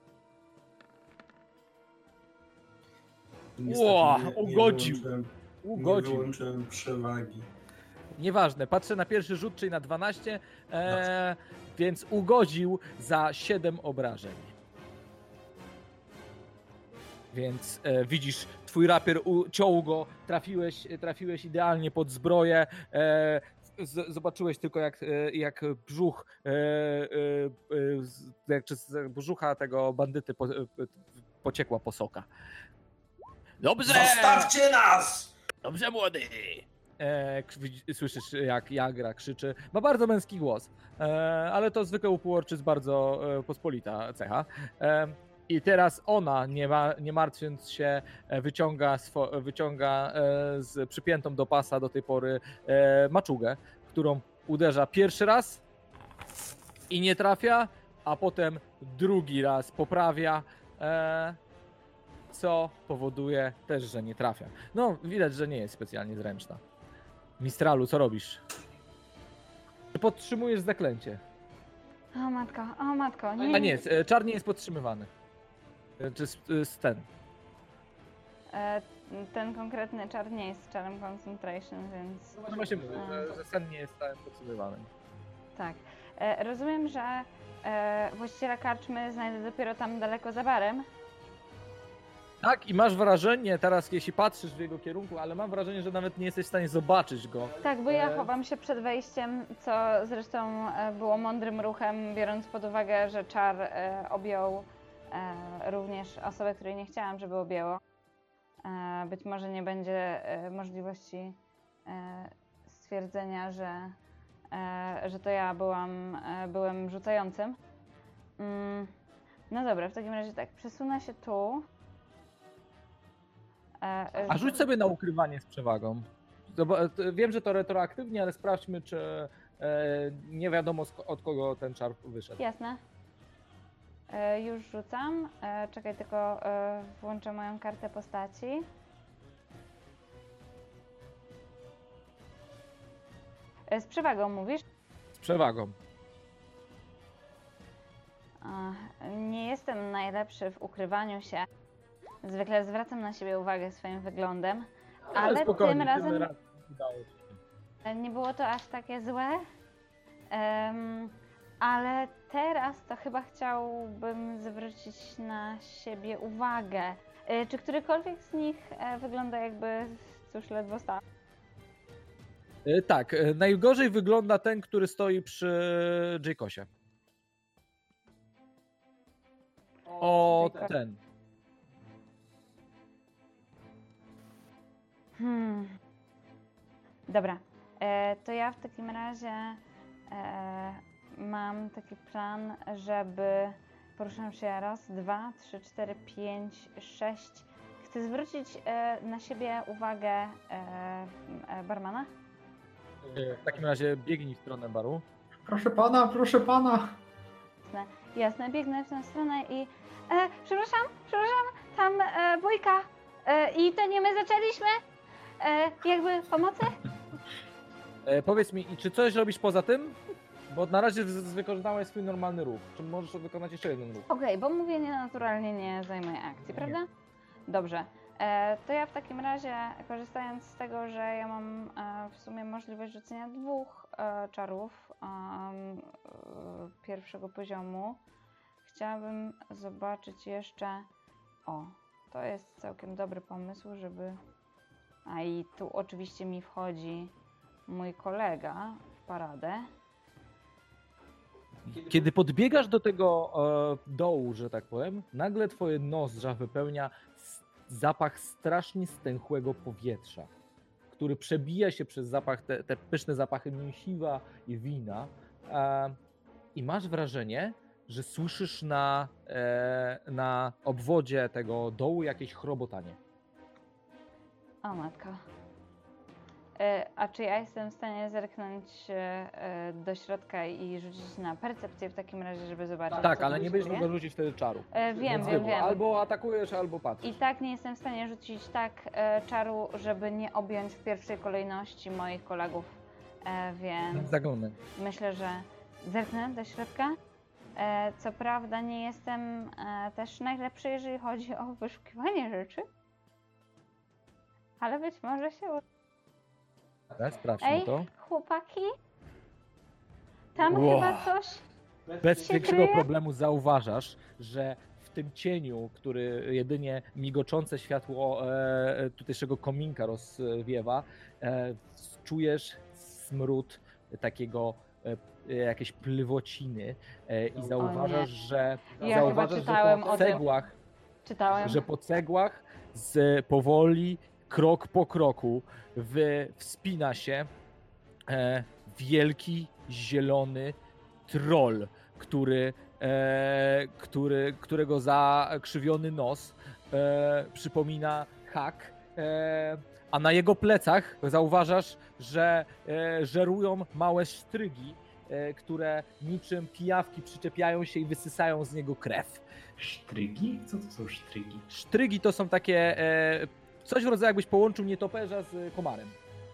Niestety Ło, nie- nie ugodził. wyłączyłem- Nie Ugodził. wyłączyłem przewagi. Nieważne, patrzę na pierwszy rzut, czyli na dwanaście, e, więc ugodził za siedem obrażeń. Więc e, widzisz, twój rapier uciął go, trafiłeś, trafiłeś idealnie pod zbroję, e, z, zobaczyłeś tylko jak, e, jak brzuch, e, e, e, z- jak czy z brzucha tego bandyty po, e, pociekła posoka. Dobrze! Zostawcie nas! Dobrze, młody! E, k- widz- słyszysz, jak Jagra krzyczy. Ma bardzo męski głos, e, ale to zwykle u półorczy jest bardzo e, pospolita cecha. E, I teraz ona, nie, ma, nie martwiąc się, e, wyciąga, swo, wyciąga e, z przypiętą do pasa do tej pory e, maczugę, którą uderza pierwszy raz i nie trafia, a potem drugi raz poprawia. E, co powoduje też, że nie trafia. No, widać, że nie jest specjalnie zręczna. Mistralu, co robisz? Czy podtrzymujesz zaklęcie? O matko, o matko, nie. A nie, e, czar nie jest podtrzymywany. E, Czy s- e, s- ten? E, ten konkretny czar nie jest czarem concentration, więc No właśnie mówię, że, że sen nie jest stałym podtrzymywany. tak. E, rozumiem, że e, właściciela karczmy znajdę dopiero tam daleko za barem. Tak, i masz wrażenie, teraz jeśli patrzysz w jego kierunku, ale mam wrażenie, że nawet nie jesteś w stanie zobaczyć go. Tak, bo ja E, chowam się przed wejściem, co zresztą e, było mądrym ruchem, biorąc pod uwagę, że czar e, objął e, również osobę, której nie chciałam, żeby objęło. E, być może nie będzie e, możliwości e, stwierdzenia, że, e, że to ja byłam, e, byłem rzucającym. Mm, no dobra, w takim razie tak, przesunę się tu. E, A rzuć sobie na ukrywanie z przewagą. Wiem, że to retroaktywnie, ale sprawdźmy, czy e, nie wiadomo od kogo ten czar wyszedł. Jasne. E, już rzucam. E, czekaj, tylko e, włączę moją kartę postaci. E, z przewagą mówisz? Z przewagą. A, nie jestem najlepszy w ukrywaniu się. Zwykle zwracam na siebie uwagę swoim wyglądem, ale spokojnie, tym razem razem udało się. nie było to aż takie złe. Um, ale teraz to chyba chciałbym zwrócić na siebie uwagę. E, czy którykolwiek z nich e, wygląda jakby, cóż, ledwo stał? E, tak, e, najgorzej wygląda ten, który stoi przy Jacosie. O, ten. Hmm. Dobra, e, to ja w takim razie e, mam taki plan, żeby poruszam się raz, dwa, trzy, cztery, pięć, sześć. Chcę zwrócić e, na siebie uwagę e, e, barmana. E, w takim razie biegnij w stronę baru. Proszę pana, proszę pana. Jasne, jasne, biegnę w tę stronę i e, przepraszam, przepraszam, tam e, bójka e, i to nie my zaczęliśmy. E, jakby pomocy? E, powiedz mi, i czy coś robisz poza tym? Bo na razie z- wykonałeś swój normalny ruch. Czy możesz wykonać jeszcze jeden ruch? Okej, bo mówienie naturalnie nie zajmuje akcji, prawda? Dobrze. E, to ja w takim razie, korzystając z tego, że ja mam e, w sumie możliwość rzucenia dwóch e, czarów em, e, pierwszego poziomu, chciałabym zobaczyć jeszcze... O, to jest całkiem dobry pomysł, żeby... A i tu oczywiście mi wchodzi mój kolega w paradę. Kiedy podbiegasz do tego e, dołu, że tak powiem, nagle twoje nozdrza wypełnia s- zapach strasznie stęchłego powietrza, który przebija się przez zapach, te, te pyszne zapachy mięsiwa i wina e, i masz wrażenie, że słyszysz na, e, na obwodzie tego dołu jakieś chrobotanie. O matko. E, a czy ja jestem w stanie zerknąć e, do środka i rzucić na percepcję w takim razie, żeby zobaczyć? Tak, co ale tam nie się będziesz dzieje? mogła rzucić wtedy czaru. E, wiem, Więc wiem, wybór. wiem. Albo atakujesz, albo patrzysz. I tak nie jestem w stanie rzucić tak e, czaru, żeby nie objąć w pierwszej kolejności moich kolegów, e, więc Zaglądaj. myślę, że zerknę do środka. E, co prawda nie jestem e, też najlepszy, jeżeli chodzi o wyszukiwanie rzeczy, ale być może się uda. Tak, sprawdźmy Ej, to. chłopaki? Tam Wow. chyba coś... Bez się większego kryje? problemu zauważasz, że w tym cieniu, który jedynie migoczące światło e, tutejszego kominka rozwiewa, e, czujesz smród takiego e, jakiejś plywociny e, i zauważasz, że Ja zauważasz, chyba że czytałem po o tym. cegłach, Czytałem. że po cegłach z powoli, krok po kroku wy, wspina się e, wielki, zielony troll, który, e, który, którego zakrzywiony nos e, przypomina hak, e, a na jego plecach zauważasz, że e, żerują małe sztrygi, e, które niczym pijawki przyczepiają się i wysysają z niego krew. Sztrygi? Co to są sztrygi? Sztrygi to są takie e, coś w rodzaju, jakbyś połączył nietoperza z komarem.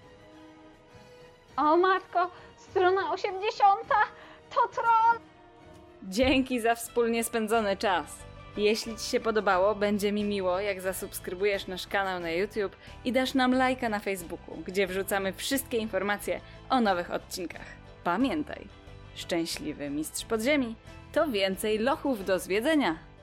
O matko, strona osiemdziesiąta, to troll! Dzięki za wspólnie spędzony czas. Jeśli Ci się podobało, będzie mi miło, jak zasubskrybujesz nasz kanał na YouTube i dasz nam lajka na Facebooku, gdzie wrzucamy wszystkie informacje o nowych odcinkach. Pamiętaj, szczęśliwy mistrz podziemi to więcej lochów do zwiedzenia.